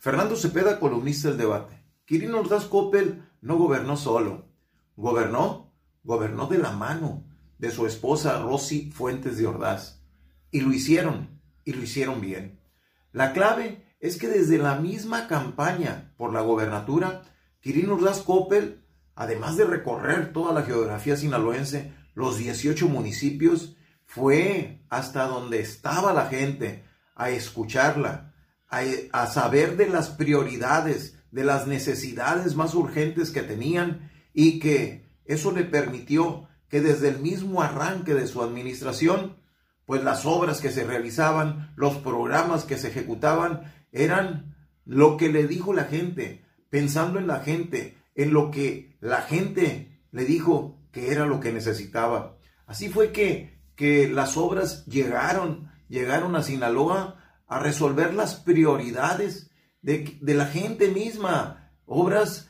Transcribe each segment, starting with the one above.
Fernando Cepeda, columnista del Debate. Quirino Ordaz Coppel no gobernó solo. Gobernó de la mano de su esposa Rosy Fuentes de Ordaz. Y lo hicieron bien. La clave es que desde la misma campaña por la gobernatura, Quirino Ordaz Coppel, además de recorrer toda la geografía sinaloense, los 18 municipios, fue hasta donde estaba la gente a escucharla, a saber de las prioridades, de las necesidades más urgentes que tenían, y que eso le permitió que desde el mismo arranque de su administración, pues las obras que se realizaban, los programas que se ejecutaban, eran lo que le dijo la gente, pensando en la gente, en lo que la gente le dijo que era lo que necesitaba. Así fue que las obras llegaron a Sinaloa a resolver las prioridades de la gente misma. Obras,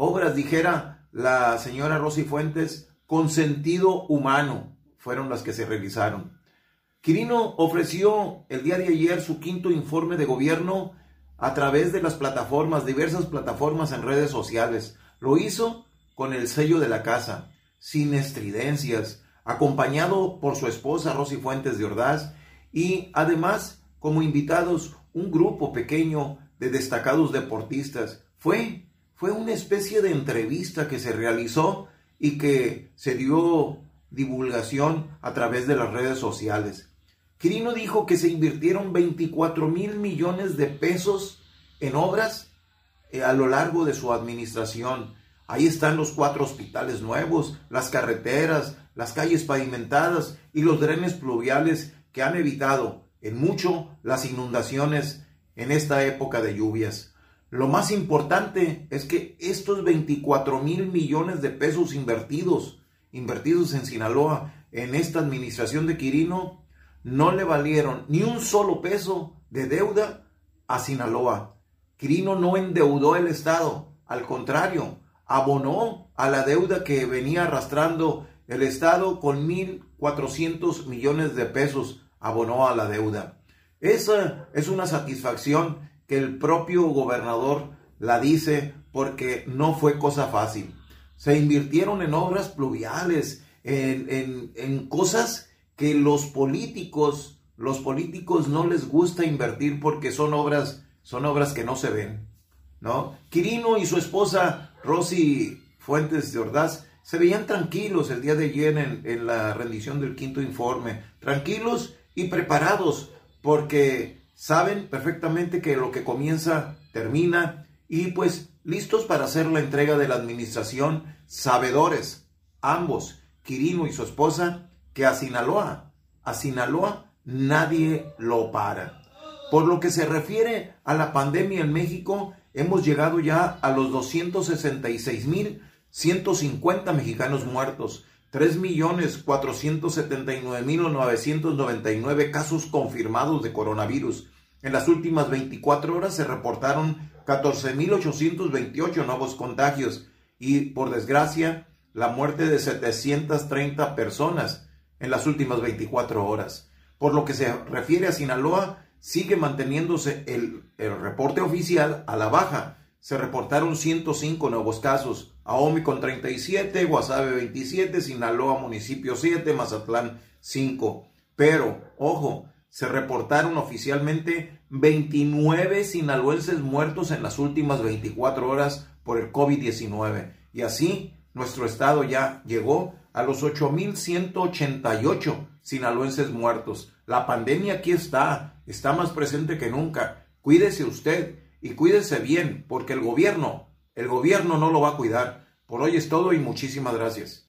dijera la señora Rosy Fuentes, con sentido humano, fueron las que se realizaron. Quirino ofreció el día de ayer su quinto informe de gobierno a través de las plataformas, diversas plataformas en redes sociales. Lo hizo con el sello de la casa, sin estridencias, acompañado por su esposa Rosy Fuentes de Ordaz, y además como invitados un grupo pequeño de destacados deportistas. Fue una especie de entrevista que se realizó y que se dio divulgación a través de las redes sociales. Quirino dijo que se invirtieron 24,000 millones de pesos en obras a lo largo de su administración. Ahí están los 4 hospitales nuevos, las carreteras, las calles pavimentadas y los drenes pluviales que han evitado en mucho las inundaciones en esta época de lluvias. Lo más importante es que estos 24,000 millones de pesos invertidos en Sinaloa en esta administración de Quirino no le valieron ni un solo peso de deuda a Sinaloa. Quirino no endeudó el Estado, al contrario, abonó a la deuda que venía arrastrando el Estado con 1,400 millones de pesos. Abonó a la deuda. Esa es una satisfacción que el propio gobernador la dice, porque no fue cosa fácil. Se invirtieron en obras pluviales, en cosas que los políticos no les gusta invertir porque son obras que no se ven, ¿no? Quirino y su esposa Rosy Fuentes de Ordaz se veían tranquilos el día de ayer en la rendición del quinto informe, tranquilos y preparados, porque saben perfectamente que lo que comienza termina, y pues listos para hacer la entrega de la administración, sabedores, ambos, Quirino y su esposa, que a Sinaloa nadie lo para. Por lo que se refiere a la pandemia en México, hemos llegado ya a los 266,150 mexicanos muertos, 3,479,999 casos confirmados de coronavirus. En las últimas 24 horas se reportaron 14,828 nuevos contagios y, por desgracia, la muerte de 730 personas en las últimas 24 horas. Por lo que se refiere a Sinaloa, sigue manteniéndose el reporte oficial a la baja. Se reportaron 105 nuevos casos, Ahome con 37, Guasave 27, Sinaloa municipio 7, Mazatlán 5. Pero, ojo, se reportaron oficialmente 29 sinaloenses muertos en las últimas 24 horas por el COVID-19. Y así, nuestro estado ya llegó a los 8,188 sinaloenses muertos. La pandemia aquí está más presente que nunca. Cuídese usted y cuídese bien, porque el gobierno no lo va a cuidar. Por hoy es todo y muchísimas gracias.